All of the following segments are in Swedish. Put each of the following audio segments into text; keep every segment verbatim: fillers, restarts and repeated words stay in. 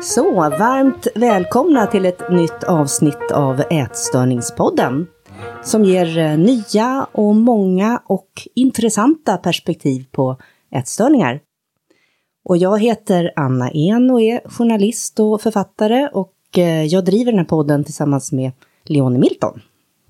Så, varmt välkomna till ett nytt avsnitt av Ätstörningspodden som ger nya och många och intressanta perspektiv på ätstörningar. Och jag heter Anna En och är journalist och författare och jag driver den här podden tillsammans med Leonie Milton.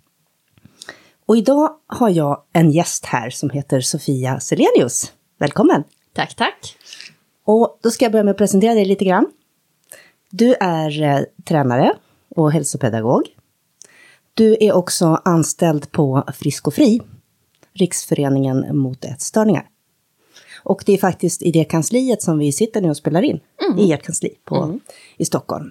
Och idag har jag en gäst här som heter Sofia Selenius. Välkommen! Tack, tack! Och då ska jag börja med att presentera dig lite grann. Du är eh, tränare och hälsopedagog. Du är också anställd på Frisk och Fri, Riksföreningen mot ätstörningar. Och det är faktiskt i det kansliet som vi sitter nu och spelar in. Mm. I ert kansli på, mm. i Stockholm.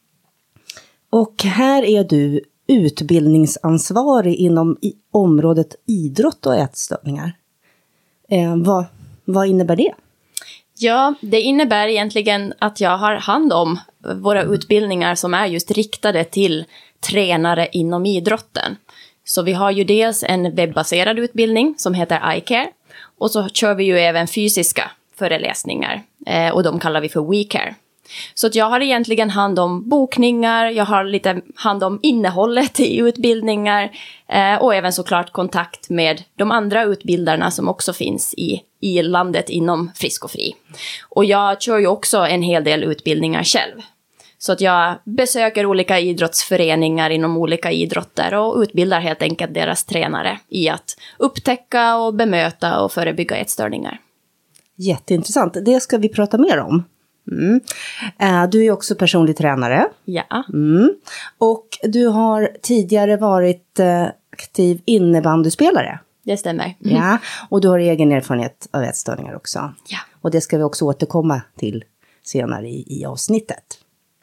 Och här är du utbildningsansvarig inom i, området idrott och ätstörningar. Eh, vad, vad innebär det? Ja, det innebär egentligen att jag har hand om våra utbildningar som är just riktade till tränare inom idrotten. Så vi har ju dels en webbaserad utbildning som heter iCare. Och så kör vi ju även fysiska föreläsningar eh, och de kallar vi för WeCare. Så att jag har egentligen hand om bokningar, jag har lite hand om innehållet i utbildningar eh, och även såklart kontakt med de andra utbildarna som också finns i, i landet inom Frisk och Fri. Och jag kör ju också en hel del utbildningar själv. Så att jag besöker olika idrottsföreningar inom olika idrotter och utbildar helt enkelt deras tränare i att upptäcka och bemöta och förebygga ätstörningar. Jätteintressant, det ska vi prata mer om. Mm. Du är också personlig tränare. Ja. Mm. Och du har tidigare varit aktiv innebandyspelare. Det stämmer. Mm. Ja. Och du har egen erfarenhet av ätstörningar också. Ja. Och det ska vi också återkomma till senare i, i avsnittet.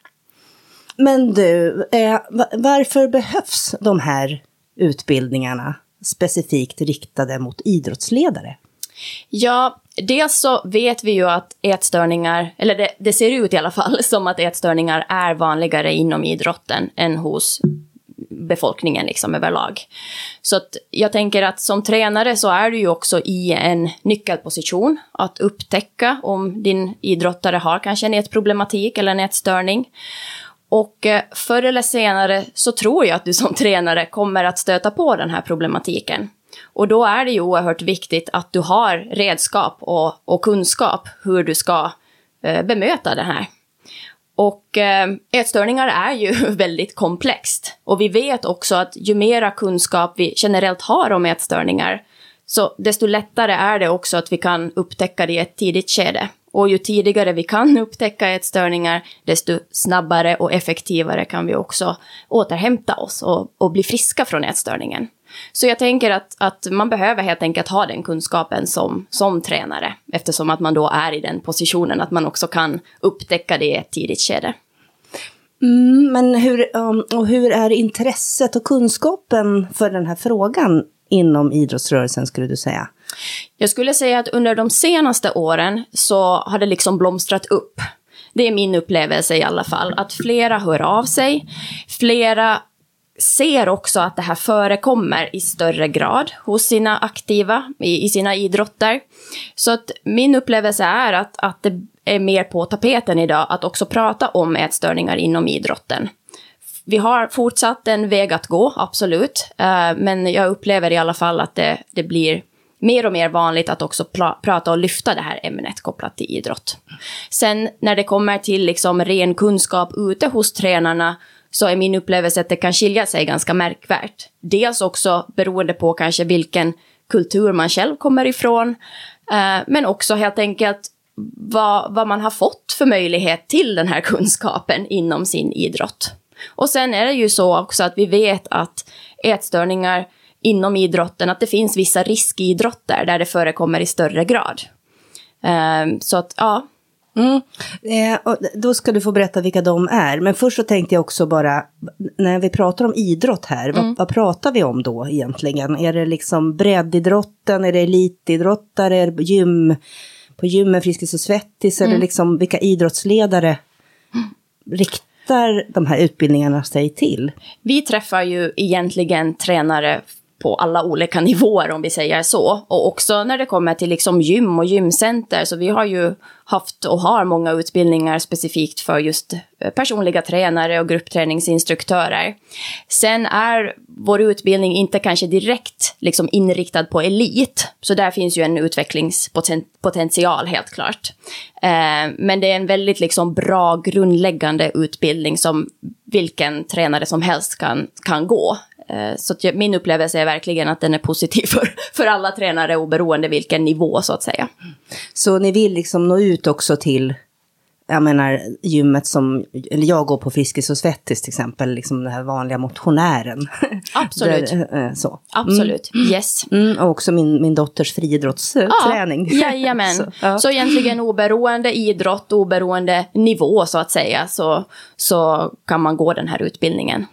Men du, eh, varför behövs de här utbildningarna specifikt riktade mot idrottsledare? Ja, dels så vet vi ju att ätstörningar, eller det, det ser ut i alla fall som att ätstörningar är vanligare inom idrotten än hos befolkningen liksom överlag. Så att jag tänker att som tränare så är du ju också i en nyckelposition att upptäcka om din idrottare har kanske en ätproblematik eller en ätstörning. Och förr eller senare så tror jag att du som tränare kommer att stöta på den här problematiken. Och då är det ju oerhört viktigt att du har redskap och, och kunskap hur du ska eh, bemöta det här. Och eh, ätstörningar är ju väldigt komplext. Och vi vet också att ju mera kunskap vi generellt har om ätstörningar så desto lättare är det också att vi kan upptäcka det i ett tidigt skede. Och ju tidigare vi kan upptäcka ätstörningar, desto snabbare och effektivare kan vi också återhämta oss och, och bli friska från ätstörningen. Så jag tänker att, att man behöver helt enkelt ha den kunskapen som, som tränare. Eftersom att man då är i den positionen att man också kan upptäcka det i ett tidigt skede. Mm, men hur, um, och hur är intresset och kunskapen för den här frågan inom idrottsrörelsen skulle du säga? Jag skulle säga att under de senaste åren så har det liksom blomstrat upp. Det är min upplevelse i alla fall. Att flera hör av sig. Flera ser också att det här förekommer i större grad hos sina aktiva i, i sina idrotter. Så att min upplevelse är att, att det är mer på tapeten idag att också prata om ätstörningar inom idrotten. Vi har fortsatt en väg att gå, absolut. Uh, men jag upplever i alla fall att det, det blir mer och mer vanligt att också pl- prata och lyfta det här ämnet kopplat till idrott. Sen när det kommer till liksom ren kunskap ute hos tränarna så är min upplevelse att det kan skilja sig ganska märkvärt. Dels också beroende på kanske vilken kultur man själv kommer ifrån. Uh, men också helt enkelt vad, vad man har fått för möjlighet till den här kunskapen inom sin idrott. Och sen är det ju så också att vi vet att ätstörningar inom idrotten, att det finns vissa riskidrotter där det förekommer i större grad. Um, så att, ja. Mm. Eh, och då ska du få berätta vilka de är. Men först så tänkte jag också bara, när vi pratar om idrott här, mm. vad, vad pratar vi om då egentligen? Är det liksom breddidrotten, är det elitidrottare, är det gym, på gymmen Friskis och Svettis, mm. eller liksom vilka idrottsledare mm. riktar de här utbildningarna sig till? Vi träffar ju egentligen tränare på alla olika nivåer om vi säger så. Och också när det kommer till liksom gym och gymcenter, så vi har ju haft och har många utbildningar specifikt för just personliga tränare och gruppträningsinstruktörer. Sen är vår utbildning inte kanske direkt liksom inriktad på elit, så där finns ju en utvecklingspotential helt klart. Eh, men det är en väldigt liksom bra grundläggande utbildning som vilken tränare som helst kan, kan gå. Så att min upplevelse är verkligen att den är positiv för, för alla tränare oberoende vilken nivå så att säga. Så ni vill liksom nå ut också till, jag menar gymmet som, eller jag går på Friskis och Svettis till exempel, liksom den här vanliga motionären. Absolut. Där, så. Absolut, mm. yes. Mm, och också min, min dotters friidrottsträning. Ja, jajamän. så, ja. så egentligen oberoende idrott, oberoende nivå så att säga, så, så kan man gå den här utbildningen.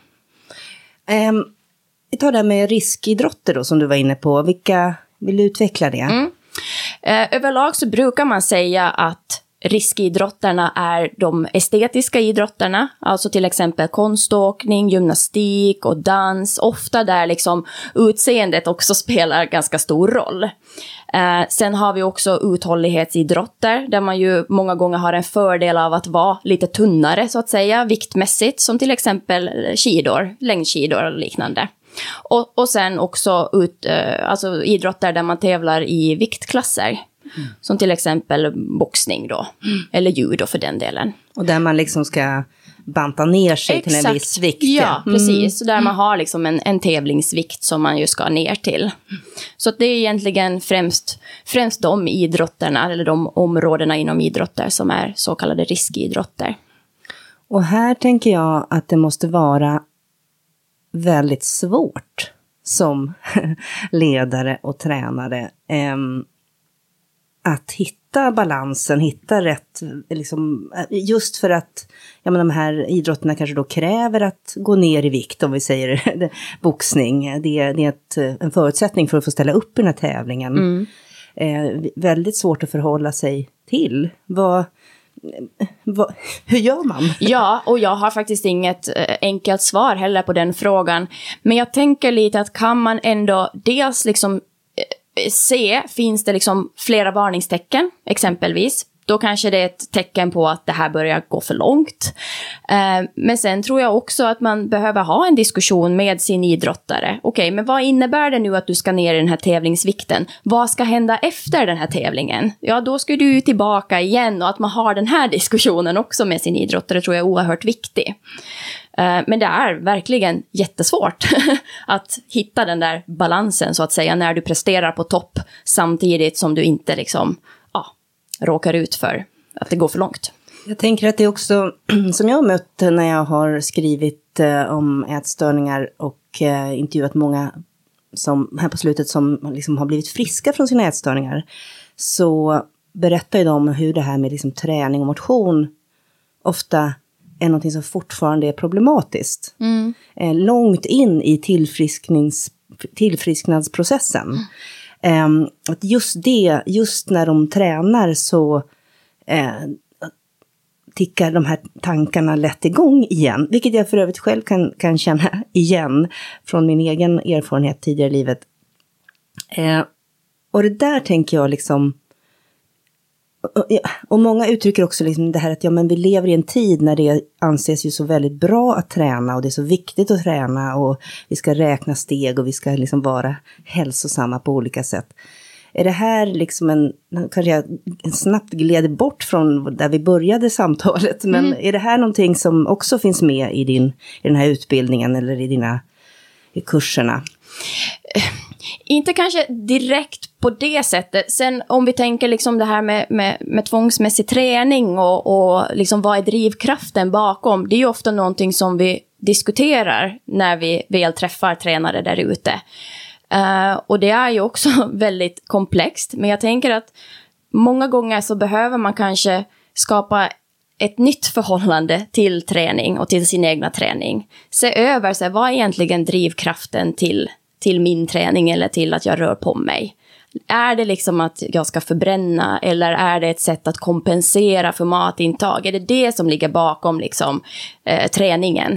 Um, vi tar det här med riskidrotter då som du var inne på. Vilka vill du utveckla det? Mm. Eh, överlag så brukar man säga att riskidrotterna är de estetiska idrotterna. Alltså till exempel konståkning, gymnastik och dans. Ofta där liksom utseendet också spelar ganska stor roll. Eh, sen har vi också uthållighetsidrotter där man ju många gånger har en fördel av att vara lite tunnare så att säga, viktmässigt, som till exempel skidor, längdskidor och liknande. Och, och sen också ut, eh, alltså idrotter där man tävlar i viktklasser. Mm. Som till exempel boxning då. Mm. Eller judo för den delen. Och där man liksom ska banta ner sig Exakt. till en viss vikt. Ja, mm. precis. Så där man har liksom en, en tävlingsvikt som man ju ska ner till. Mm. Så det är egentligen främst, främst de idrotterna eller de områdena inom idrotter som är så kallade riskidrotter. Och här tänker jag att det måste vara väldigt svårt som ledare och tränare eh, att hitta balansen, hitta rätt, liksom, just för att ja, men de här idrotterna kanske då kräver att gå ner i vikt, om vi säger det, boxning. Det, det är ett, en förutsättning för att få ställa upp i den här tävlingen. Mm. Eh, väldigt svårt att förhålla sig till. Vad... Va, hur gör man? Ja, och jag har faktiskt inget eh, enkelt svar heller på den frågan. Men jag tänker lite att kan man ändå dels liksom eh, se, finns det liksom flera varningstecken exempelvis. Då kanske det är ett tecken på att det här börjar gå för långt. Eh, men sen tror jag också att man behöver ha en diskussion med sin idrottare. Okej, okay, men vad innebär det nu att du ska ner i den här tävlingsvikten? Vad ska hända efter den här tävlingen? Ja, då ska du ju tillbaka igen, och att man har den här diskussionen också med sin idrottare tror jag är oerhört viktig. Eh, men det är verkligen jättesvårt att hitta den där balansen så att säga när du presterar på topp samtidigt som du inte liksom råkar ut för att det går för långt. Jag tänker att det är också, som jag har mött när jag har skrivit eh, om ätstörningar och eh, intervjuat många som, här på slutet som liksom har blivit friska från sina ätstörningar, så berättar ju de hur det här med liksom träning och motion ofta är något som fortfarande är problematiskt. Mm. Eh, långt in i tillfrisknings, tillfrisknadsprocessen. Mm. Um, att just det, just när de tränar så uh, tickar de här tankarna lätt igång igen. Vilket jag för övrigt själv kan, kan känna igen från min egen erfarenhet tidigare i livet. Uh, och det där tänker jag liksom... Och, och många uttrycker också liksom det här att ja, men vi lever i en tid när det anses ju så väldigt bra att träna, och det är så viktigt att träna, och vi ska räkna steg och vi ska liksom vara hälsosamma på olika sätt. Är det här liksom en, kanske jag snabbt gled bort från där vi började samtalet, men mm. är det här någonting som också finns med i, din, i den här utbildningen eller i dina i kurserna? Inte kanske direkt på det sättet. Sen om vi tänker liksom det här med, med, med tvångsmässig träning och, och liksom vad är drivkraften bakom. Det är ju ofta någonting som vi diskuterar när vi väl träffar tränare där ute. Uh, och det är ju också väldigt komplext. Men jag tänker att många gånger så behöver man kanske skapa ett nytt förhållande till träning och till sin egna träning. Se över sig, vad är egentligen drivkraften till till min träning eller till att jag rör på mig. Är det liksom att jag ska förbränna, eller är det ett sätt att kompensera för matintag? Är det det som ligger bakom liksom, eh, träningen?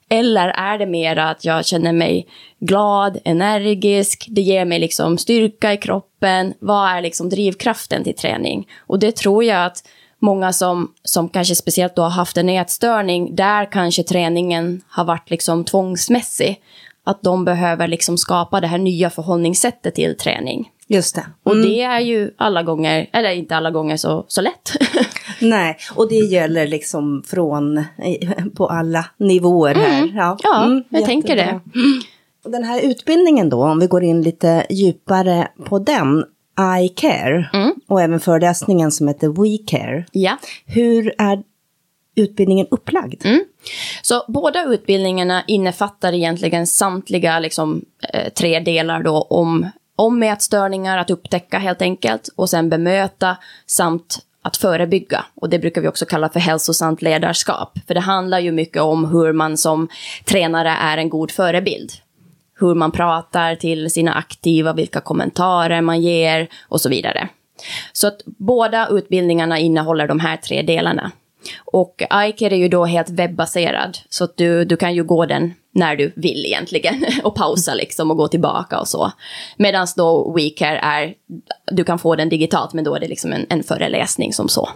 Eller är det mer att jag känner mig glad, energisk, det ger mig liksom styrka i kroppen. Vad är liksom drivkraften till träning? Och det tror jag att många som, som kanske speciellt då har haft en ätstörning, där kanske träningen har varit liksom tvångsmässig. Att de behöver liksom skapa det här nya förhållningssättet till träning. Just det. Mm. Och det är ju alla gånger, eller inte alla gånger så, så lätt. Nej, och det gäller liksom från, på alla nivåer här. Mm. Ja, ja mm, jag tänker det. Mm. Den här utbildningen då, om vi går in lite djupare på den, iCare, mm. och även föreläsningen som heter WeCare. Ja. Hur är utbildningen upplagd? Mm. Så båda utbildningarna innefattar egentligen samtliga liksom, eh, tre delar då om, om ätstörningar, att upptäcka helt enkelt, och sen bemöta samt att förebygga. Och det brukar vi också kalla för hälsosamt ledarskap. För det handlar ju mycket om hur man som tränare är en god förebild. Hur man pratar till sina aktiva, vilka kommentarer man ger och så vidare. Så att båda utbildningarna innehåller de här tre delarna. Och iCare är ju då helt webbaserad, så att du, du kan ju gå den när du vill egentligen och pausa liksom och gå tillbaka och så. Medan då WeCare är, du kan få den digitalt, men då är det liksom en, en föreläsning som så.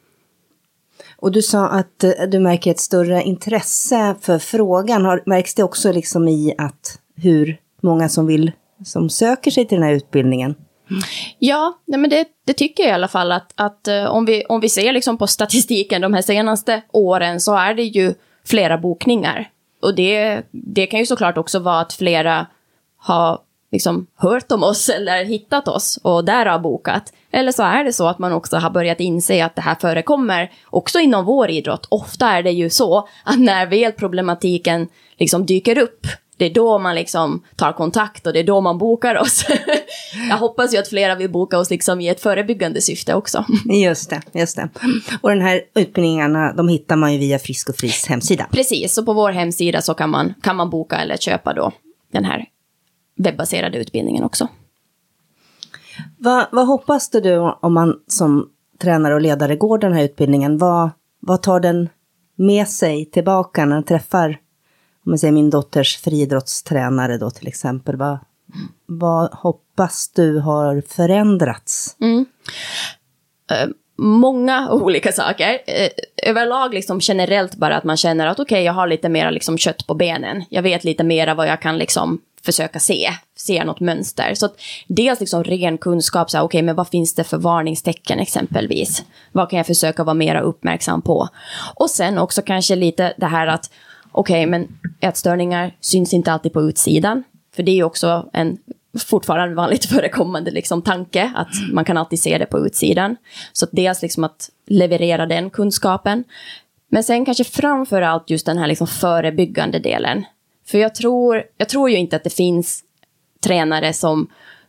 Och du sa att du märker ett större intresse för frågan. Har, märks det också liksom i att hur många som vill, som söker sig till den här utbildningen? Ja, nej men det, det tycker jag i alla fall att, att uh, om, vi, om vi ser liksom på statistiken de här senaste åren, så är det ju flera bokningar. Och det, det kan ju såklart också vara att flera har liksom hört om oss eller hittat oss och där har bokat. Eller så är det så att man också har börjat inse att det här förekommer också inom vår idrott. Ofta är det ju så att när väl problematiken liksom dyker upp, det är då man liksom tar kontakt och det är då man bokar oss. Jag hoppas ju att flera vill boka oss liksom i ett förebyggande syfte också. Just det, just det. Och den här utbildningarna, de hittar man ju via Frisk och Fris hemsida. Precis, så på vår hemsida så kan man, kan man boka eller köpa då den här webbaserade utbildningen också. Vad, vad hoppas du om man som tränare och ledare går den här utbildningen? Vad, vad tar den med sig tillbaka när den träffar, om man säger min dotters friidrottstränare då till exempel? Vad, vad hoppas du har förändrats? Mm. Uh, många olika saker. Uh, överlag liksom generellt bara att man känner att okej, okay, jag har lite mer liksom kött på benen. Jag vet lite mer vad jag kan liksom försöka se, se något mönster. Så att dels liksom ren kunskap, så okej, okay, men vad finns det för varningstecken exempelvis? Vad kan jag försöka vara mer uppmärksam på? Och sen också kanske lite det här att okej, okay, men ätstörningar syns inte alltid på utsidan. För det är ju också en fortfarande vanligt förekommande liksom tanke att man kan alltid se det på utsidan. Så att dels liksom att leverera den kunskapen. Men sen kanske framförallt just den här liksom förebyggande delen. För jag tror, jag tror ju inte att det finns tränare som,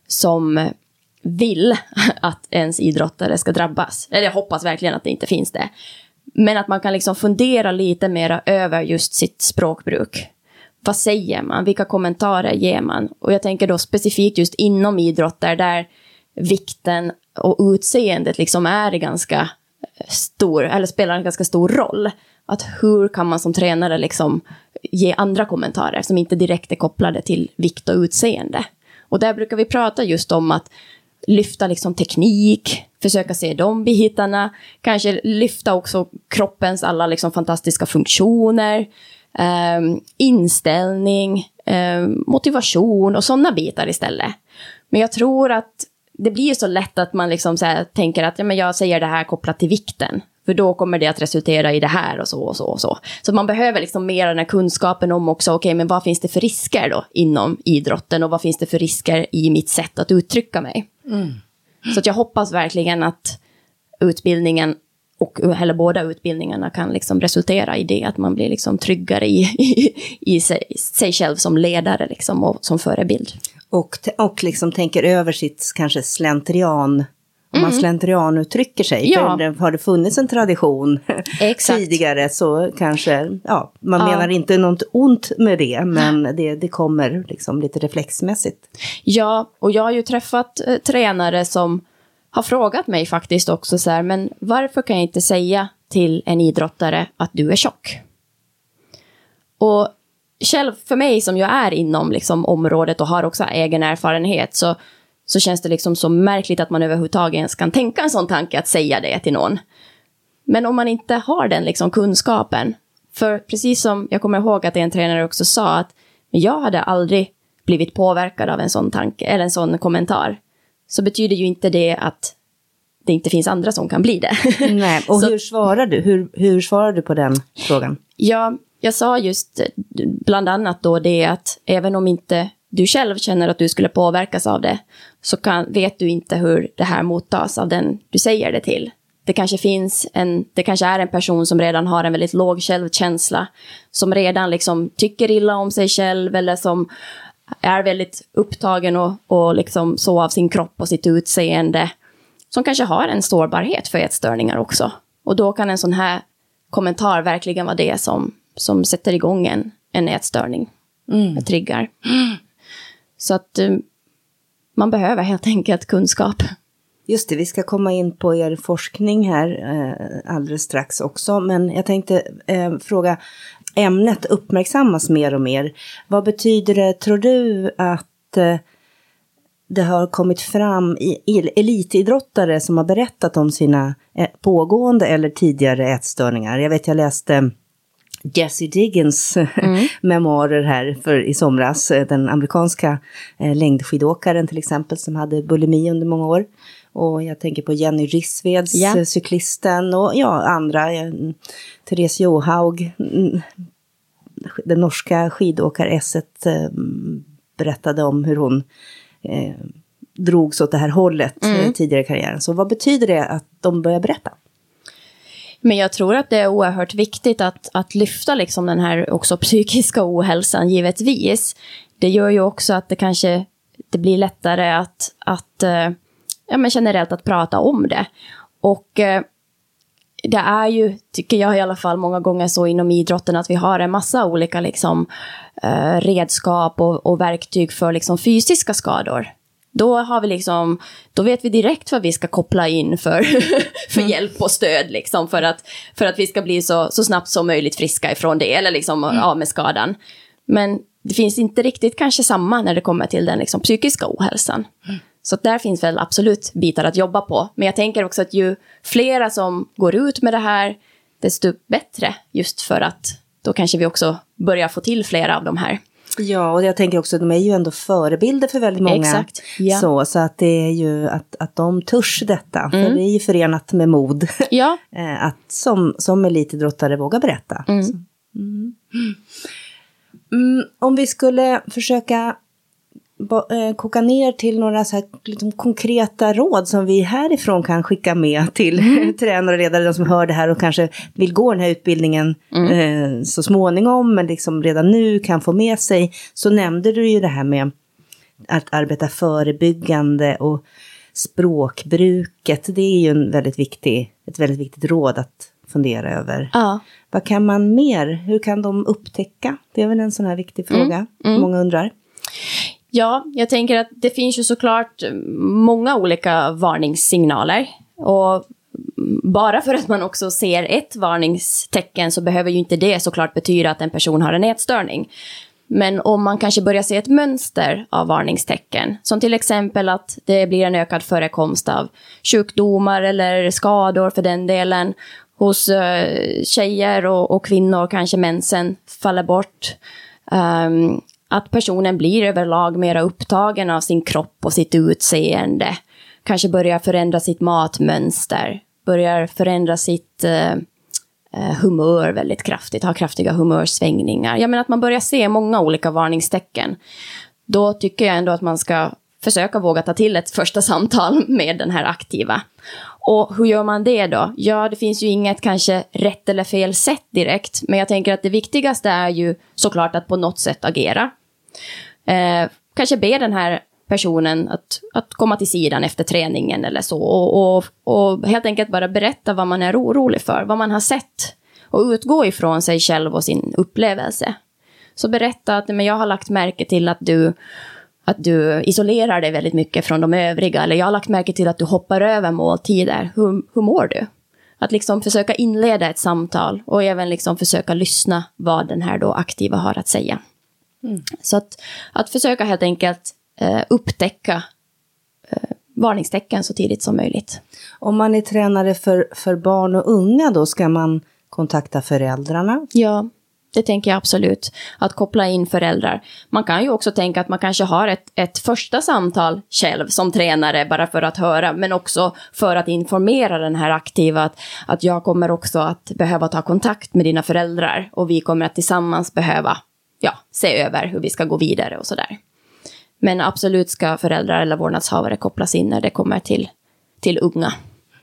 som vill att ens idrottare ska drabbas. Eller jag hoppas verkligen att det inte finns det. Men att man kan liksom fundera lite mer över just sitt språkbruk. Vad säger man? Vilka kommentarer ger man? Och jag tänker då specifikt just inom idrotter där vikten och utseendet liksom är ganska stor, eller spelar en ganska stor roll. Att hur kan man som tränare liksom ge andra kommentarer som inte direkt är kopplade till vikt och utseende. Och där brukar vi prata just om att lyfta liksom teknik, försöka se de bitarna, kanske lyfta också kroppens alla liksom fantastiska funktioner, eh, inställning, eh, motivation och sådana bitar istället. Men jag tror att det blir så lätt att man liksom så här tänker att ja, men jag säger det här kopplat till vikten. För då kommer det att resultera i det här och så och så och så. Så man behöver liksom mer den här kunskapen om också, okej, okay, men vad finns det för risker då inom idrotten och vad finns det för risker i mitt sätt att uttrycka mig? Mm. Så att jag hoppas verkligen att utbildningen och eller båda utbildningarna kan liksom resultera i det, att man blir liksom tryggare i, i, i sig, sig själv som ledare liksom och som förebild. Och, och liksom tänker över sitt kanske slentrian. Om man slentrian uttrycker sig. Ja. För har det funnits en tradition tidigare så kanske, ja, man ja. menar inte något ont med det. Men det, det kommer liksom lite reflexmässigt. Ja, och jag har ju träffat eh, tränare som har frågat mig faktiskt också så här, men varför kan jag inte säga till en idrottare att du är tjock? Och själv för mig som jag är inom liksom området och har också egen erfarenhet, så, så känns det liksom så märkligt att man överhuvudtaget ens kan tänka en sån tanke att säga det till någon. Men om man inte har den liksom kunskapen, för precis som jag kommer ihåg att en tränare också sa att jag hade aldrig blivit påverkad av en sån tanke eller en sån kommentar, så betyder ju inte det att det inte finns andra som kan bli det. Nej, och så, hur svarar du? Hur, hur svarar du på den frågan? Ja, jag sa just bland annat då det att även om inte du själv känner att du skulle påverkas av det, så kan, vet du inte hur det här mottas av den du säger det till. Det kanske finns en, det kanske är en person som redan har en väldigt låg självkänsla, som redan liksom tycker illa om sig själv, eller som är väldigt upptagen och, och liksom så av sin kropp och sitt utseende, som kanske har en sårbarhet för ätstörningar också. Och då kan en sån här kommentar verkligen vara det som, som sätter igång en, en ätstörning. Mm. Ett triggar. Mm. Så att um, man behöver helt enkelt kunskap. Just det, vi ska komma in på er forskning här eh, alldeles strax också. Men jag tänkte eh, fråga, ämnet uppmärksammas mer och mer. Vad betyder det, tror du, att eh, det har kommit fram i, i, elitidrottare som har berättat om sina eh, pågående eller tidigare ätstörningar? Jag vet, jag läste Jessie Diggins mm. memoarer här för i somras. Den amerikanska eh, längdskidåkaren till exempel, som hade bulimi under många år. Och jag tänker på Jenny Rissveds, yeah. cyklisten, och ja, andra. Eh, Therese Johaug, mm, den norska skidåkar-esset, eh, berättade om hur hon eh, drogs åt det här hållet mm. eh, tidigare i karriären. Så vad betyder det att de börjar berätta? Men jag tror att det är oerhört viktigt att, att lyfta liksom den här också psykiska ohälsan givetvis. Det gör ju också att det kanske det blir lättare att, att ja, men generellt att prata om det. Och det är ju, tycker jag i alla fall, många gånger så inom idrotten att vi har en massa olika liksom, eh, redskap och, och verktyg för liksom, fysiska skador. Då har vi liksom, då vet vi direkt vad vi ska koppla in för, för mm. hjälp och stöd liksom, för att, för att vi ska bli så, så snabbt som möjligt friska ifrån det, eller liksom mm. av med skadan. Men det finns inte riktigt kanske samma när det kommer till den liksom, psykiska ohälsan. Mm. Så där finns väl absolut bitar att jobba på. Men jag tänker också att ju flera som går ut med det här, desto bättre. Just för att då kanske vi också börjar få till flera av de här. Ja, och jag tänker också att de är ju ändå förebilder för väldigt många. Exakt, ja. Så, så att det är ju att, att de törs detta. Mm. För det är ju förenat med mod. Ja. att som, som elitidrottare våga berätta. Mm. Mm. Mm, om vi skulle försöka koka ner till några så här, liksom, konkreta råd som vi härifrån kan skicka med till mm. tränare och ledare, de som hör det här och kanske vill gå den här utbildningen mm. eh, så småningom, men liksom redan nu kan få med sig. Så nämnde du ju det här med att arbeta förebyggande och språkbruket. Det är ju en väldigt viktig, ett väldigt viktigt råd att fundera över. Ja. Vad kan man mer? Hur kan de upptäcka? Det är väl en sån här viktig fråga. Mm. Mm. Många undrar. Ja, jag tänker att det finns ju såklart många olika varningssignaler. Och bara för att man också ser ett varningstecken så behöver ju inte det såklart betyda att en person har en ätstörning. Men om man kanske börjar se ett mönster av varningstecken, som till exempel att det blir en ökad förekomst av sjukdomar eller skador för den delen hos uh, tjejer och, och kvinnor, kanske mensen faller bort. Um, Att personen blir överlag mer upptagen av sin kropp och sitt utseende. Kanske börjar förändra sitt matmönster. Börjar förändra sitt eh, humör väldigt kraftigt. Har kraftiga humörsvängningar. Jag menar att man börjar se många olika varningstecken. Då tycker jag ändå att man ska försöka våga ta till ett första samtal med den här aktiva. Och hur gör man det då? Ja, det finns ju inget kanske rätt eller fel sätt direkt. Men jag tänker att det viktigaste är ju såklart att på något sätt agera. Eh, kanske be den här personen att, att komma till sidan efter träningen eller så. Och, och, och helt enkelt bara berätta vad man är orolig för. Vad man har sett. Och utgå ifrån sig själv och sin upplevelse. Så berätta att men jag har lagt märke till att du... Att du isolerar dig väldigt mycket från de övriga. Eller jag har lagt märke till att du hoppar över måltider. Hur, hur mår du? Att liksom försöka inleda ett samtal. Och även liksom försöka lyssna vad den här då aktiva har att säga. Mm. Så att, att försöka helt enkelt eh, upptäcka eh, varningstecken så tidigt som möjligt. Om man är tränare för, för barn och unga då, ska man kontakta föräldrarna? Ja, det tänker jag absolut. Att koppla in föräldrar. Man kan ju också tänka att man kanske har ett, ett första samtal själv som tränare bara för att höra. Men också för att informera den här aktiva att, att jag kommer också att behöva ta kontakt med dina föräldrar. Och vi kommer att tillsammans behöva ja, se över hur vi ska gå vidare och sådär. Men absolut ska föräldrar eller vårdnadshavare kopplas in när det kommer till, till unga.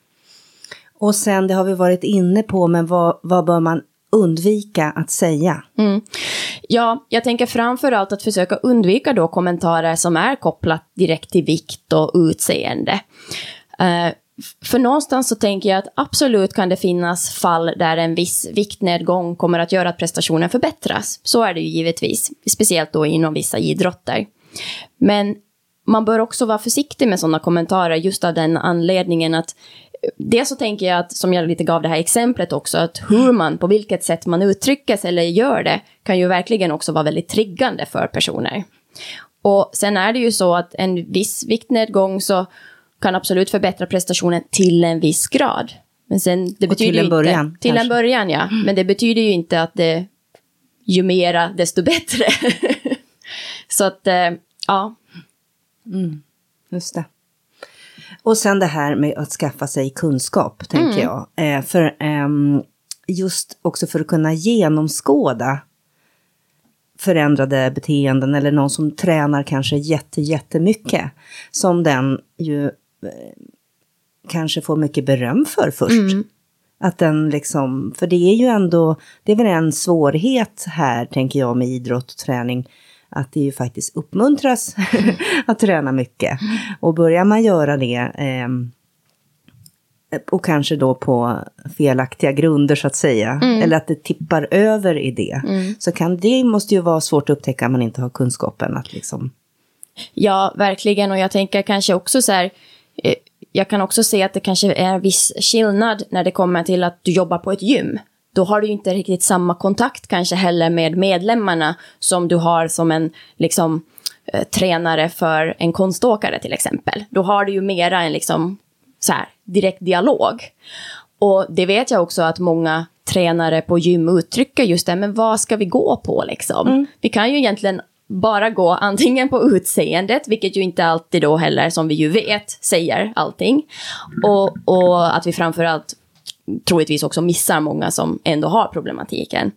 Och sen, det har vi varit inne på, men vad, vad bör man undvika att säga? Mm. Ja, jag tänker framförallt att försöka undvika då kommentarer som är kopplat direkt till vikt och utseende. Uh, för någonstans så tänker jag att absolut kan det finnas fall där en viss viktnedgång kommer att göra att prestationen förbättras. Så är det ju givetvis, speciellt då inom vissa idrotter. Men man bör också vara försiktig med sådana kommentarer just av den anledningen att det så tänker jag att, som jag lite gav det här exemplet också, att hur man, på vilket sätt man uttrycker sig eller gör det kan ju verkligen också vara väldigt triggande för personer. Och sen är det ju så att en viss viktnedgång så kan absolut förbättra prestationen till en viss grad. Men sen, det betyder till en början. Inte, till kanske. en början, ja. Men det betyder ju inte att det ju mera desto bättre. Så att, ja. Mm, just det. Och sen det här med att skaffa sig kunskap, tänker mm. jag. Eh, för eh, just också för att kunna genomskåda förändrade beteenden eller någon som tränar kanske jätte, jättemycket. Som den ju eh, kanske får mycket beröm för först. Mm. Att den liksom, för det är ju ändå, det är väl en svårighet här, tänker jag, med idrott och träning. Att det ju faktiskt uppmuntras att träna mycket. Och börjar man göra det eh, och kanske då på felaktiga grunder så att säga. Mm. Eller att det tippar över i det. Mm. Så kan det måste ju vara svårt att upptäcka om man inte har kunskapen att liksom. Ja, verkligen. Och jag tänker kanske också så här. Eh, jag kan också se att det kanske är en viss skillnad när det kommer till att du jobbar på ett gym. Då har du inte riktigt samma kontakt kanske heller med medlemmarna som du har som en liksom, eh, tränare för en konståkare till exempel. Då har du ju mera en liksom, så här, direkt dialog. Och det vet jag också att många tränare på gym uttrycker just det. Men vad ska vi gå på liksom? Mm. Vi kan ju egentligen bara gå antingen på utseendet, vilket ju inte alltid då heller, som vi ju vet, säger allting. Och, och att vi framförallt troligtvis också missar många som ändå har problematiken.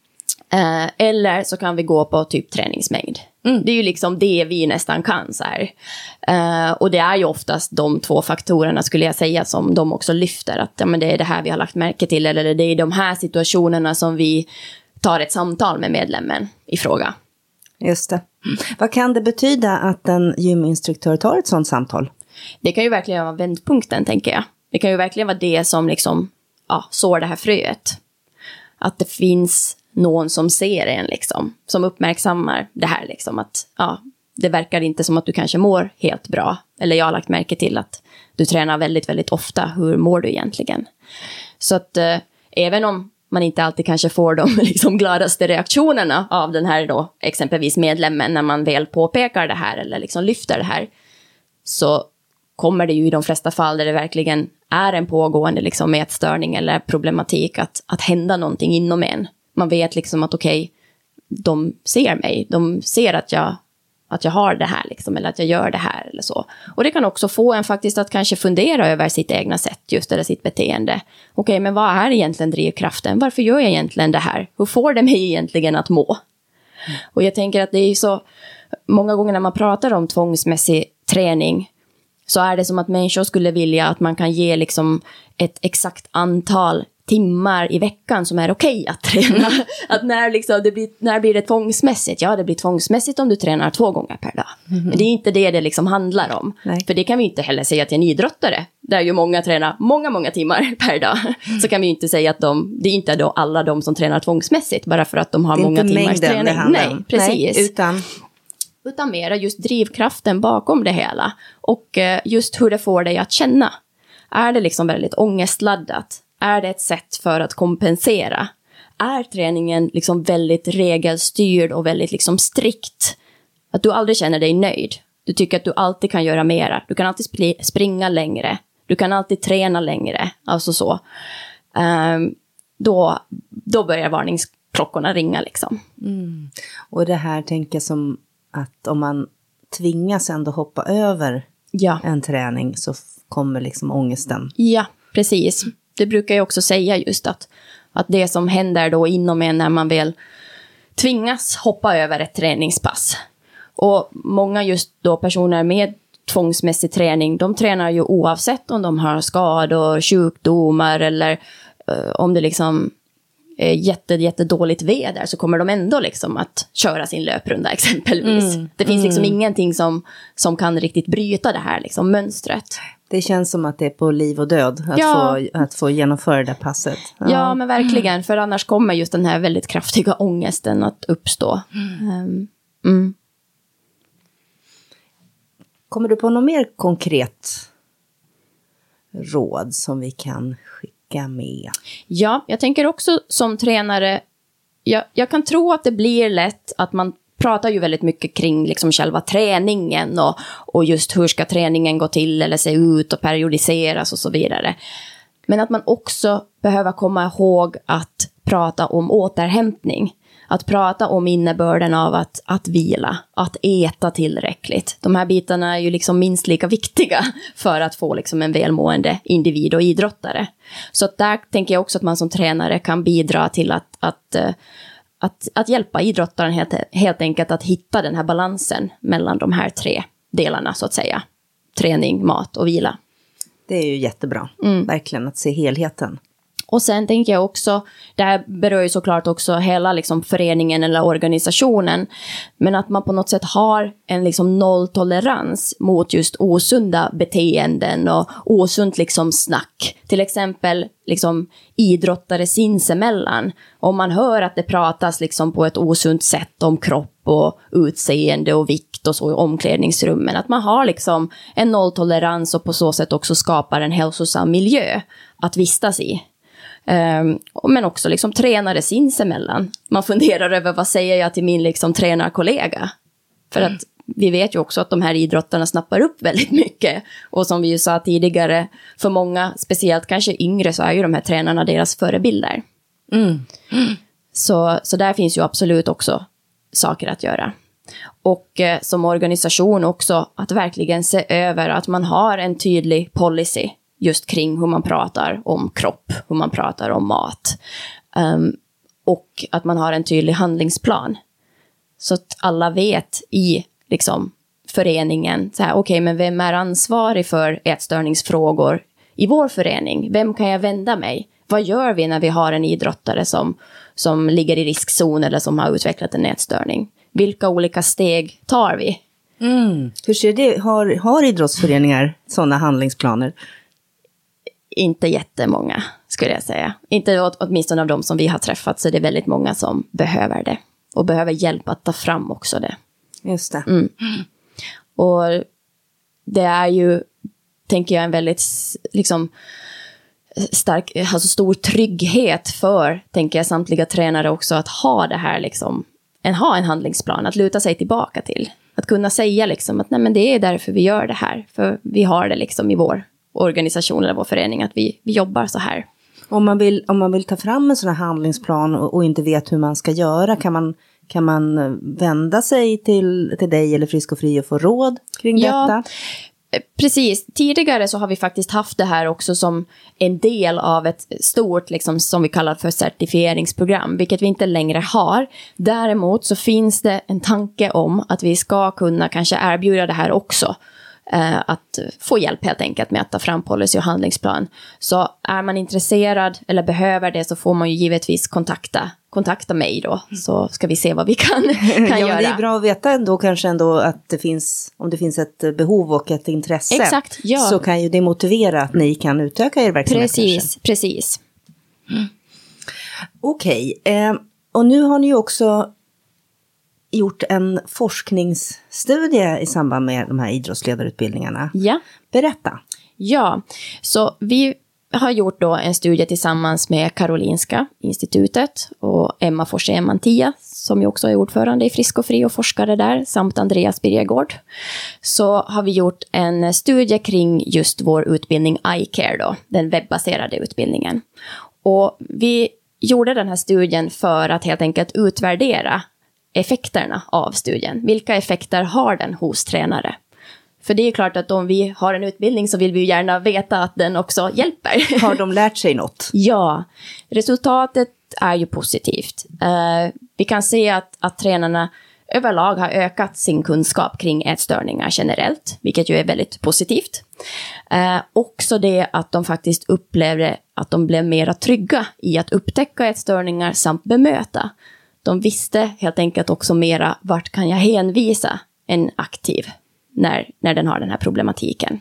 Eh, eller så kan vi gå på typ träningsmängd. Mm. Det är ju liksom det vi nästan kan så här. Eh, och det är ju oftast de två faktorerna skulle jag säga som de också lyfter. Att ja, men det är det här vi har lagt märke till. Eller det är de här situationerna som vi tar ett samtal med medlemmen i fråga. Just det. Vad kan det betyda att en gyminstruktör tar ett sådant samtal? Det kan ju verkligen vara vändpunkten, tänker jag. Det kan ju verkligen vara det som liksom, ja, sår det här fröet. Att det finns någon som ser en liksom, som uppmärksammar det här liksom, att ja, det verkar inte som att du kanske mår helt bra. Eller jag har lagt märke till att du tränar väldigt, väldigt ofta. Hur mår du egentligen? Så att eh, även om man inte alltid kanske får de liksom gladaste reaktionerna av den här då, exempelvis medlemmen, när man väl påpekar det här eller liksom lyfter det här, så kommer det ju i de flesta fall där det verkligen är en pågående liksom ätstörning eller problematik att, att hända någonting inom en. Man vet liksom att okej, okay, de ser mig, de ser att jag, att jag har det här liksom, eller att jag gör det här eller så. Och det kan också få en faktiskt att kanske fundera över sitt egna sätt just, eller sitt beteende. Okej, okay, men vad är egentligen drivkraften? Varför gör jag egentligen det här? Hur får det mig egentligen att må? Mm. Och jag tänker att det är så, många gånger när man pratar om tvångsmässig träning, så är det som att människor skulle vilja att man kan ge liksom ett exakt antal timmar i veckan som är okej att träna. Mm. Att när, liksom det blir, när blir det tvångsmässigt? Ja, det blir tvångsmässigt om du tränar två gånger per dag. Mm. Men det är inte det det liksom handlar om. Nej. För det kan vi inte heller säga till en idrottare. Där ju många tränar många, många timmar per dag. Mm. Så kan vi inte säga att de, det är inte då alla de som tränar tvångsmässigt. Bara för att de har många timmars träning. Nej, precis. Nej, utan... Utan mera just drivkraften bakom det hela. Och just hur det får dig att känna. Är det liksom väldigt ångestladdat? Är det ett sätt för att kompensera? är träningen liksom väldigt regelstyrd och väldigt liksom strikt. Att du aldrig känner dig nöjd. Du tycker att du alltid kan göra mera. Du kan alltid sp- springa längre. Du kan alltid träna längre. Alltså så. Um, då, då börjar varningsklockorna ringa liksom. Mm. Och det här tänker jag som att om man tvingas ändå hoppa över ja. en träning så f- kommer liksom ångesten. Ja, precis. Det brukar jag också säga just att, att det som händer då inom en när man väl tvingas hoppa över ett träningspass. Och många just då personer med tvångsmässig träning, de tränar ju oavsett om de har skador, sjukdomar eller uh, om det liksom är jätte, jätte dåligt väder så kommer de ändå liksom att köra sin löprunda exempelvis. Mm, det finns liksom mm. ingenting som, som kan riktigt bryta det här liksom mönstret. Det känns som att det är på liv och död att, ja. få, att få genomföra det där passet. Ja. ja, men verkligen. För annars kommer just den här väldigt kraftiga ångesten att uppstå. Mm. Um, mm. Kommer du på något mer konkret råd som vi kan skicka med? Ja, jag tänker också som tränare, jag, jag kan tro att det blir lätt att man pratar ju väldigt mycket kring liksom själva träningen och, och just hur ska träningen gå till eller se ut och periodiseras och så vidare. Men att man också behöver komma ihåg att prata om återhämtning. Att prata om innebörden av att, att vila, att äta tillräckligt. De här bitarna är ju liksom minst lika viktiga för att få liksom en välmående individ och idrottare. Så att där tänker jag också att man som tränare kan bidra till att, att, att, att hjälpa idrottaren helt, helt enkelt att hitta den här balansen mellan de här tre delarna så att säga. Träning, mat och vila. Det är ju jättebra, mm. verkligen att se helheten. Och sen tänker jag också, det här berör ju såklart också hela liksom föreningen eller organisationen. Men att man på något sätt har en liksom nolltolerans mot just osunda beteenden och osunt liksom snack. Till exempel liksom idrottare sinsemellan. Om man hör att det pratas liksom på ett osunt sätt om kropp och utseende och vikt och så i omklädningsrummen. Att man har liksom en nolltolerans och på så sätt också skapar en hälsosam miljö att vistas i. Um, men också liksom tränare sinsemellan. Man funderar över vad säger jag till min liksom tränarkollega. För mm. att vi vet ju också att de här idrottarna snappar upp väldigt mycket. Och som vi ju sa tidigare, för många, speciellt kanske yngre, så är ju de här tränarna deras förebilder. Mm. Mm. Så, så där finns ju absolut också saker att göra. Och eh, som organisation också att verkligen se över att man har en tydlig policy just kring hur man pratar om kropp, hur man pratar om mat. Um, och att man har en tydlig handlingsplan. Så att alla vet i liksom, föreningen, så här, okej, okay, men vem är ansvarig för ätstörningsfrågor i vår förening? Vem kan jag vända mig? Vad gör vi när vi har en idrottare som, som ligger i riskzon eller som har utvecklat en ätstörning? Vilka olika steg tar vi? Mm. Hur ser det? Har, har idrottsföreningar sådana handlingsplaner? Inte jättemånga, skulle jag säga. Inte åt, åtminstone av dem som vi har träffat, så det är väldigt många som behöver det. Och behöver hjälp att ta fram också det. Just det. Mm. Och det är ju, tänker jag, en väldigt liksom, stark, alltså stor trygghet för, tänker jag, samtliga tränare också att ha det här liksom, en, ha en handlingsplan, att luta sig tillbaka till. Att kunna säga liksom att nej, men det är därför vi gör det här. För vi har det liksom i vår organisation eller vår förening att vi, vi jobbar så här. Om man vill, om man vill ta fram en sån här handlingsplan och, och inte vet hur man ska göra, kan man, kan man vända sig till, till dig eller Frisk och Fri och få råd kring ja, detta? Precis. Tidigare så har vi faktiskt haft det här också som en del av ett stort, liksom, som vi kallar för certifieringsprogram, vilket vi inte längre har. Däremot så finns det en tanke om att vi ska kunna kanske erbjuda det här också. Att få hjälp helt enkelt med att ta fram policy och handlingsplan. Så är man intresserad eller behöver det så får man ju givetvis kontakta, kontakta mig då. Så ska vi se vad vi kan, kan ja, göra. Det är bra att veta ändå kanske ändå att det finns, om det finns ett behov och ett intresse. Exakt, ja. Så kan ju det motivera att ni kan utöka er verksamhet. Precis, kanske. precis. Mm. Okej, okay. eh, och nu har ni ju också gjort en forskningsstudie i samband med de här idrottsledarutbildningarna. Ja. Berätta. Ja, så vi har gjort då en studie tillsammans med Karolinska institutet och Emma Forsén-Mantia, som ju också är ordförande i Frisk och Fri och forskare där, samt Andreas Birgegård. Så har vi gjort en studie kring just vår utbildning iCare då, den webbaserade utbildningen. Och vi gjorde den här studien för att helt enkelt utvärdera effekterna av studien. Vilka effekter har den hos tränare? För det är klart att om vi har en utbildning så vill vi ju gärna veta att den också hjälper. Har de lärt sig något? Ja, resultatet är ju positivt. Uh, vi kan se att, att tränarna överlag har ökat sin kunskap kring ätstörningar generellt, vilket ju är väldigt positivt. Uh, också det att de faktiskt upplevde att de blev mera trygga i att upptäcka ätstörningar samt bemöta. De visste helt enkelt också mera vart kan jag hänvisa en aktiv när, när den har den här problematiken.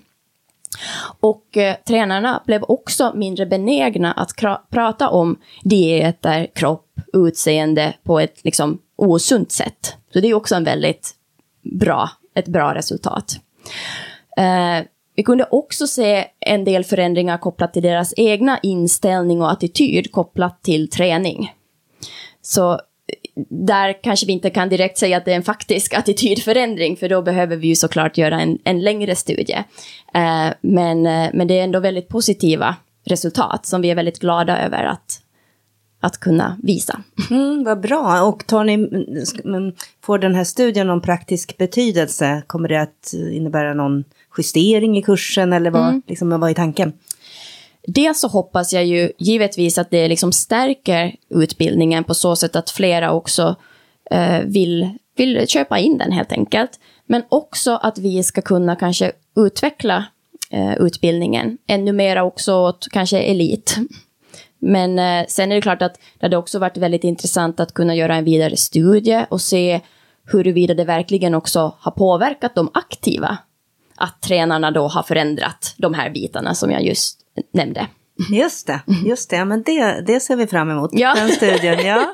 Och eh, tränarna blev också mindre benägna att kra- prata om dieter, kropp, utseende på ett liksom osunt sätt. Så det är också en väldigt bra, ett bra resultat. Eh, vi kunde också se en del förändringar kopplat till deras egna inställning och attityd kopplat till träning. Så där kanske vi inte kan direkt säga att det är en faktisk attitydförändring, för då behöver vi ju såklart göra en, en längre studie. Eh, men, men det är ändå väldigt positiva resultat som vi är väldigt glada över att, att kunna visa. Mm, vad bra. Och tar ni, får den här studien någon praktisk betydelse? Kommer det att innebära någon justering i kursen eller vad, mm. liksom, vad är tanken? Dels så hoppas jag ju givetvis att det liksom stärker utbildningen på så sätt att flera också eh, vill, vill köpa in den helt enkelt. Men också att vi ska kunna kanske utveckla eh, utbildningen ännu mer också åt kanske elit. Men eh, sen är det klart att det hade också varit väldigt intressant att kunna göra en vidare studie och se huruvida det verkligen också har påverkat de aktiva. Att tränarna då har förändrat de här bitarna som jag just nämnde. Just det, just det. Men det, det ser vi fram emot. Ja. Den studien, ja.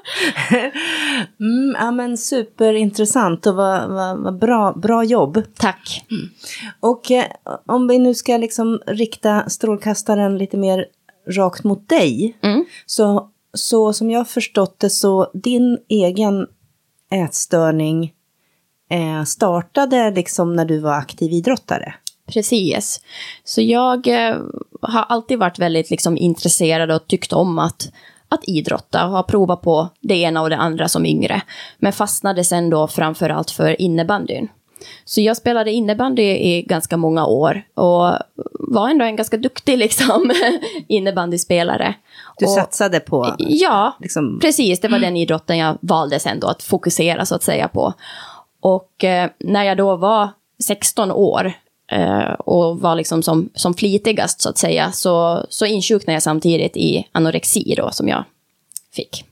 Mm, ja men superintressant och vad, vad, vad bra, bra jobb. Tack. Mm. Och eh, om vi nu ska liksom rikta strålkastaren lite mer rakt mot dig. Mm. Så, så som jag har förstått det så din egen ätstörning eh, startade liksom när du var aktiv idrottare. Precis. Så jag eh, har alltid varit väldigt liksom, intresserad och tyckt om att, att idrotta och har provat på det ena och det andra som yngre. Men fastnade sen då framförallt för innebandyn. Så jag spelade innebandy i ganska många år och var ändå en ganska duktig liksom, innebandyspelare. Du och, satsade på? Ja, liksom... precis. Det var den idrotten jag valde sen då att fokusera så att säga på. Och eh, när jag då var sexton år och var liksom som, som flitigast så att säga, så, så insjuknade jag samtidigt i anorexi då som jag fick.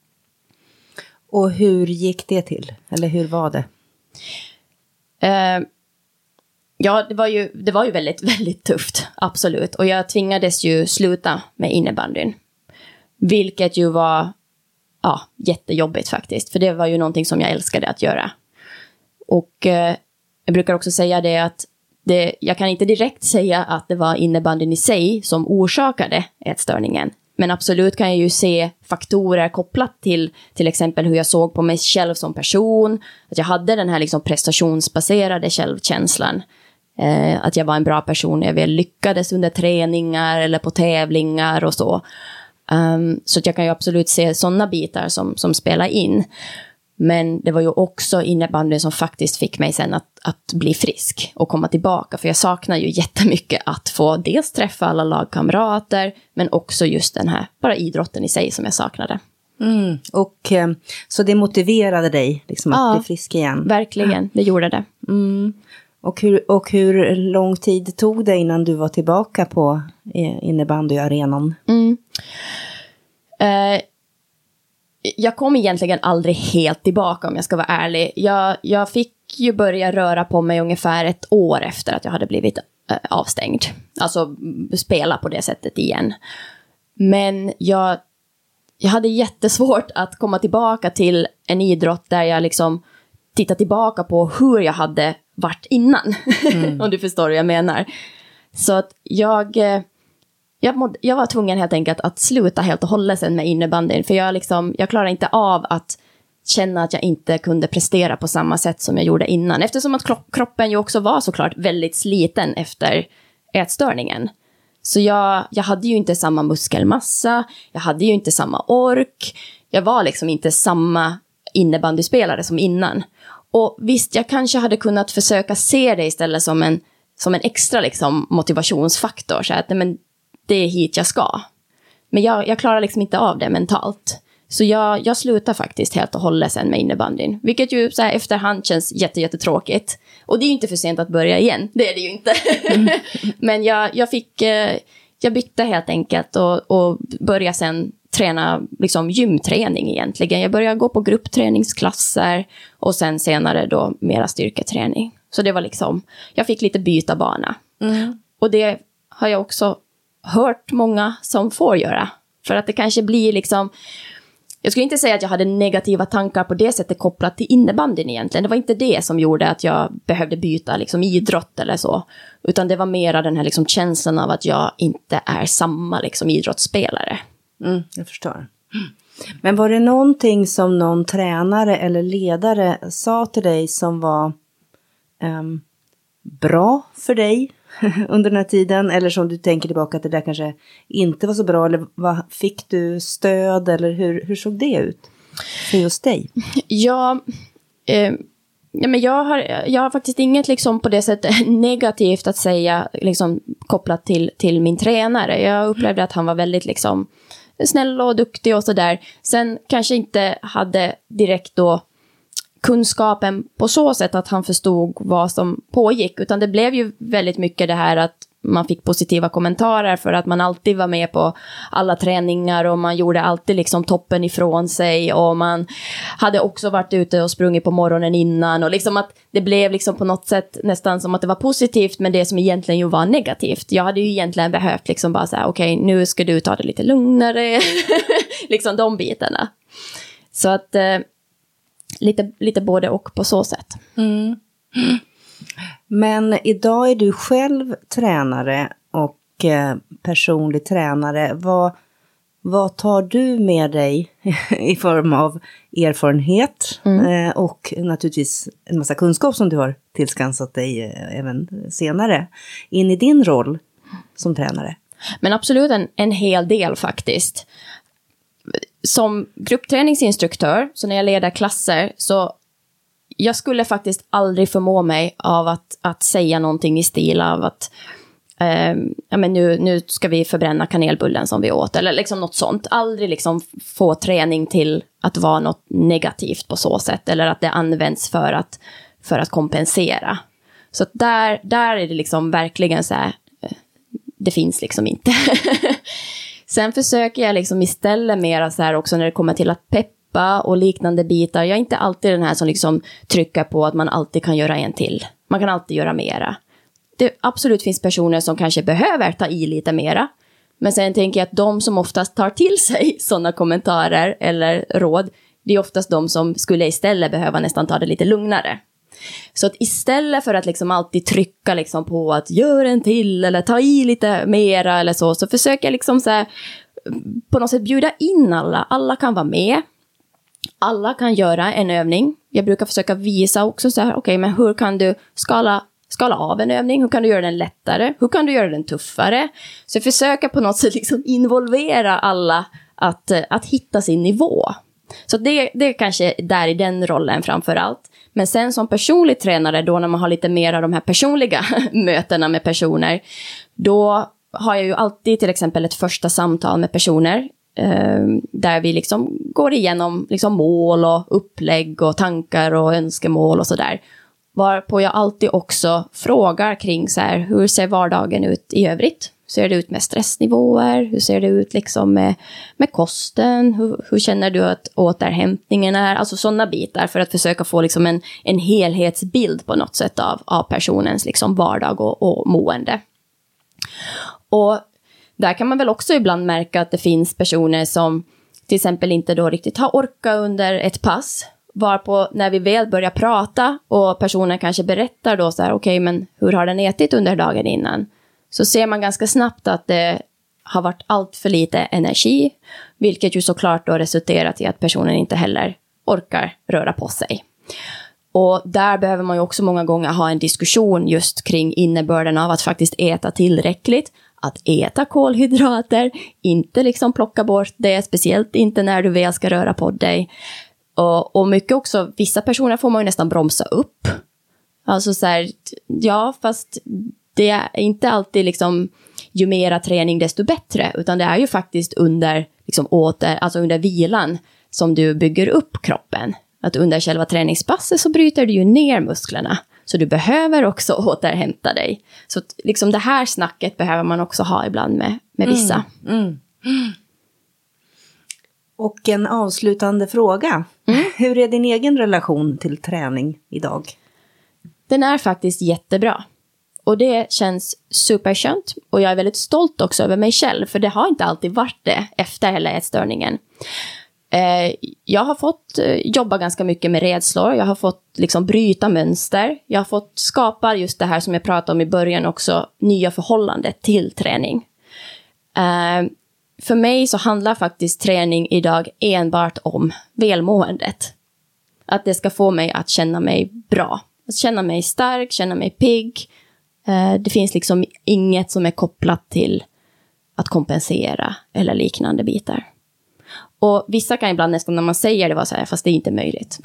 Och hur gick det till? Eller hur var det? Uh, ja, det var ju, det var ju väldigt, väldigt tufft, absolut. Och jag tvingades ju sluta med innebandyn. Vilket ju var ja, jättejobbigt faktiskt. För det var ju någonting som jag älskade att göra. Och uh, jag brukar också säga det att Det, jag kan inte direkt säga att det var innebandyn i sig som orsakade ätstörningen. Men absolut kan jag ju se faktorer kopplat till till exempel hur jag såg på mig själv som person. Att jag hade den här liksom prestationsbaserade självkänslan. Eh, att jag var en bra person. Jag väl lyckades under träningar eller på tävlingar och så. Um, så att jag kan ju absolut se sådana bitar som, som spelar in. Men det var ju också innebandyn som faktiskt fick mig sen att, att bli frisk och komma tillbaka. För jag saknar ju jättemycket att få dels träffa alla lagkamrater, men också just den här, bara idrotten i sig som jag saknade. Mm. Och eh, så det motiverade dig liksom att ja, bli frisk igen? Verkligen, det gjorde det. Mm. Och, hur, och hur lång tid tog det innan du var tillbaka på eh, innebandyarenan? Mm. Eh, Jag kom egentligen aldrig helt tillbaka om jag ska vara ärlig. Jag, jag fick ju börja röra på mig ungefär ett år efter att jag hade blivit äh, avstängd. Alltså spela på det sättet igen. Men jag, jag hade jättesvårt att komma tillbaka till en idrott där jag liksom tittar tillbaka på hur jag hade varit innan. Mm. Om du förstår vad jag menar. Så att jag... jag, mådde, jag var tvungen helt enkelt att sluta helt och hållet sen med innebandyn. För jag, liksom, jag klarar inte av att känna att jag inte kunde prestera på samma sätt som jag gjorde innan. Eftersom att kroppen ju också var såklart väldigt sliten efter ätstörningen. Så jag, jag hade ju inte samma muskelmassa, jag hade ju inte samma ork. Jag var liksom inte samma innebandyspelare som innan. Och visst, jag kanske hade kunnat försöka se det istället som en, som en extra liksom, motivationsfaktor. Så att men, det är hit jag ska. Men jag, jag klarar liksom inte av det mentalt. Så jag, jag slutar faktiskt helt och hållet sen med innebandyn. Vilket ju så här, efterhand känns jätte, jättetråkigt. Och det är ju inte för sent att börja igen. Det är det ju inte. Mm. Men jag, jag fick... Eh, jag bytte helt enkelt och, och började sen träna liksom gymträning egentligen. Jag började gå på gruppträningsklasser och sen senare då mera styrketräning. Så det var liksom... Jag fick lite byta bana. Mm. Och det har jag också hört många som får göra. För att det kanske blir liksom... Jag skulle inte säga att jag hade negativa tankar på det sättet kopplat till innebandyn egentligen. Det var inte det som gjorde att jag behövde byta liksom idrott eller så. Utan det var mera den här liksom känslan av att jag inte är samma liksom idrottsspelare. Mm, jag förstår. Men var det någonting som någon tränare eller ledare sa till dig som var um, bra för dig under den här tiden? Eller som du tänker tillbaka att det där kanske inte var så bra? Eller vad, fick du stöd? Eller hur, hur såg det ut för just dig? Ja, eh, ja men jag, har, jag har faktiskt inget liksom på det sättet negativt att säga liksom, kopplat till, till min tränare. Jag upplevde att han var väldigt liksom, snäll och duktig och sådär. Sen kanske inte hade direkt då kunskapen på så sätt att han förstod vad som pågick. Utan det blev ju väldigt mycket det här att man fick positiva kommentarer för att man alltid var med på alla träningar och man gjorde alltid liksom toppen ifrån sig och man hade också varit ute och sprungit på morgonen innan och liksom att det blev liksom på något sätt nästan som att det var positivt men det som egentligen ju var negativt. Jag hade ju egentligen behövt liksom bara säga okej, okay, nu ska du ta det lite lugnare liksom de bitarna. Så att eh, lite, lite både och på så sätt. Mm. Men idag är du själv tränare och eh, personlig tränare. Vad, vad tar du med dig i form av erfarenhet mm. eh, och naturligtvis en massa kunskap som du har tillskansat dig eh, även senare in i din roll som tränare? Men absolut en, en hel del faktiskt. Som gruppträningsinstruktör, så när jag leder klasser så jag skulle faktiskt aldrig förmå mig av att, att säga någonting i stil av att eh, ja, men nu, nu ska vi förbränna kanelbullen som vi åt. Eller liksom något sånt. Aldrig liksom få träning till att vara något negativt på så sätt. Eller att det används för att, för att kompensera. Så att där, där är det liksom verkligen så här, det finns liksom inte. Sen försöker jag liksom istället mer så här också när det kommer till att peppa och liknande bitar. Jag är inte alltid den här som liksom trycker på att man alltid kan göra en till. Man kan alltid göra mera. Det absolut finns personer som kanske behöver ta i lite mera. Men sen tänker jag att de som oftast tar till sig sådana kommentarer eller råd, det är oftast de som skulle istället behöva nästan ta det lite lugnare. Så att istället för att liksom alltid trycka liksom på att göra en till eller ta i lite mera eller så, så försöker jag liksom så här, på något sätt bjuda in alla. Alla kan vara med. Alla kan göra en övning. Jag brukar försöka visa också så här, okej, okay, men hur kan du skala, skala av en övning? Hur kan du göra den lättare? Hur kan du göra den tuffare? Så jag försöker på något sätt liksom involvera alla att, att hitta sin nivå. Så det, det är kanske där i den rollen framför allt. Men sen som personlig tränare, då när man har lite mer av de här personliga mötena med personer, då har jag ju alltid till exempel ett första samtal med personer eh, där vi liksom går igenom liksom mål och upplägg och tankar och önskemål och sådär. Varpå jag alltid också frågar kring så här, hur ser vardagen ut i övrigt? Hur ser det ut med stressnivåer? Hur ser det ut liksom med, med kosten? Hur, hur känner du att återhämtningen är? Alltså sådana bitar för att försöka få liksom en, en helhetsbild på något sätt av, av personens liksom vardag och, och mående. Och där kan man väl också ibland märka att det finns personer som till exempel inte då riktigt har orkat under ett pass. Varpå när vi väl börjar prata och personen kanske berättar då så här, okej, okay, men hur har den ätit under dagen innan? Så ser man ganska snabbt att det har varit allt för lite energi, vilket ju såklart då resulterat i att personen inte heller orkar röra på sig. Och där behöver man ju också många gånger ha en diskussion just kring innebörden av att faktiskt äta tillräckligt, att äta kolhydrater, inte liksom plocka bort det, speciellt inte när du väl ska röra på dig. Och, och mycket också, vissa personer får man ju nästan bromsa upp. Alltså så här, ja fast det är inte alltid liksom ju mera träning desto bättre, utan det är ju faktiskt under, liksom åter, alltså under vilan som du bygger upp kroppen. Att under själva träningspasset så bryter du ju ner musklerna. Så du behöver också återhämta dig. Så liksom det här snacket behöver man också ha ibland med, med vissa. Mm, mm. Och en avslutande fråga. Mm. Hur är din egen relation till träning idag? Den är faktiskt jättebra. Och det känns superskönt. Och jag är väldigt stolt också över mig själv. För det har inte alltid varit det efter hela ätstörningen. Eh, jag har fått eh, jobba ganska mycket med rädslor. Jag har fått liksom bryta mönster. Jag har fått skapa just det här som jag pratade om i början också. Nya förhållanden till träning. Eh, för mig så handlar faktiskt träning idag enbart om välmåendet. Att det ska få mig att känna mig bra. Att känna mig stark, känna mig pigg. Eh, det finns liksom inget som är kopplat till att kompensera eller liknande bitar. Och vissa kan ibland nästan när man säger det vara så här, fast det är inte möjligt.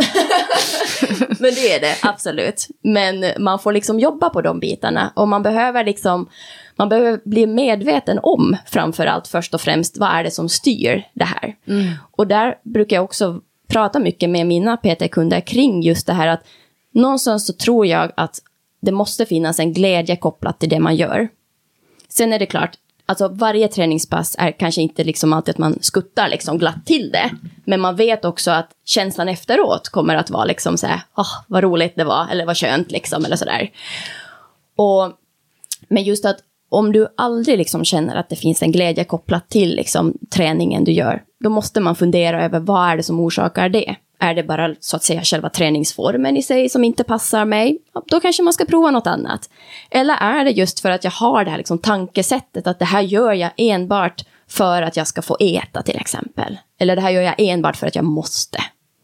Men det är det, absolut. Men man får liksom jobba på de bitarna. Och man behöver liksom, man behöver bli medveten om framförallt först och främst vad är det som styr det här. Mm. Och där brukar jag också prata mycket med mina P T-kunder kring just det här att någonstans så tror jag att det måste finnas en glädje kopplat till det man gör. Sen är det klart, alltså varje träningspass är kanske inte liksom alltid att man skuttar liksom glatt till det. Men man vet också att känslan efteråt kommer att vara liksom så här, åh, oh, vad roligt det var, eller vad skönt liksom, eller sådär. Och, men just att om du aldrig liksom känner att det finns en glädje kopplat till liksom träningen du gör, då måste man fundera över vad är det som orsakar det. Är det bara så att säga själva träningsformen i sig som inte passar mig? Då kanske man ska prova något annat. Eller är det just för att jag har det här liksom tankesättet att det här gör jag enbart för att jag ska få äta till exempel. Eller det här gör jag enbart för att jag måste.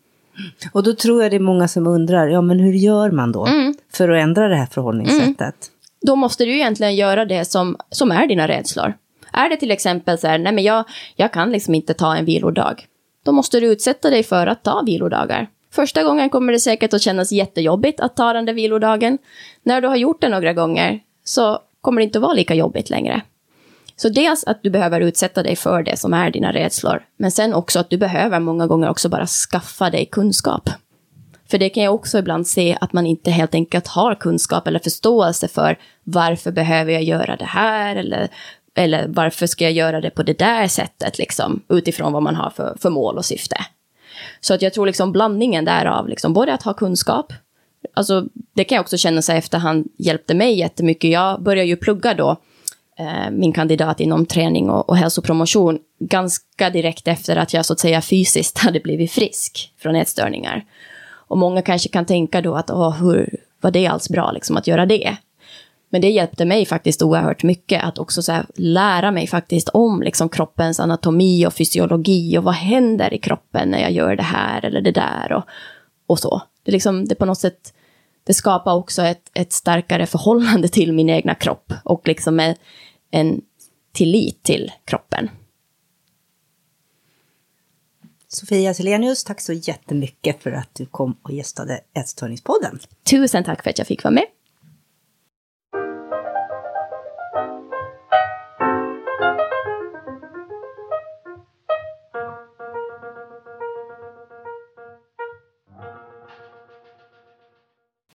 Och då tror jag det är många som undrar, ja men hur gör man då mm. för att ändra det här förhållningssättet? Mm. Då måste du egentligen göra det som, som är dina rädslor. Är det till exempel så här, nej men jag, jag kan liksom inte ta en vilodag. Då måste du utsätta dig för att ta vilodagar. Första gången kommer det säkert att kännas jättejobbigt att ta den där vilodagen. När du har gjort det några gånger så kommer det inte att vara lika jobbigt längre. Så dels att du behöver utsätta dig för det som är dina rädslor. Men sen också att du behöver många gånger också bara skaffa dig kunskap. För det kan jag också ibland se att man inte helt enkelt har kunskap eller förståelse för varför behöver jag göra det här eller... Eller varför ska jag göra det på det där sättet liksom, utifrån vad man har för, för mål och syfte. Så att jag tror liksom blandningen därav, liksom, både att ha kunskap. Alltså det kan jag också känna sig efterhand hjälpte mig jättemycket. Jag började ju plugga då eh, min kandidat inom träning och, och hälsopromotion ganska direkt efter att jag så att säga fysiskt hade blivit frisk från ätstörningar. Och många kanske kan tänka då att åh, hur var det alls bra liksom, att göra det? Men det hjälpte mig faktiskt oerhört mycket att också så här lära mig faktiskt om liksom kroppens anatomi och fysiologi och vad händer i kroppen när jag gör det här eller det där och, och så. Det, liksom, det på något sätt det skapar också ett, ett starkare förhållande till min egna kropp och liksom en, en tillit till kroppen. Sofia Selenius, tack så jättemycket för att du kom och gästade Ätstörningspodden. Tusen tack för att jag fick vara med.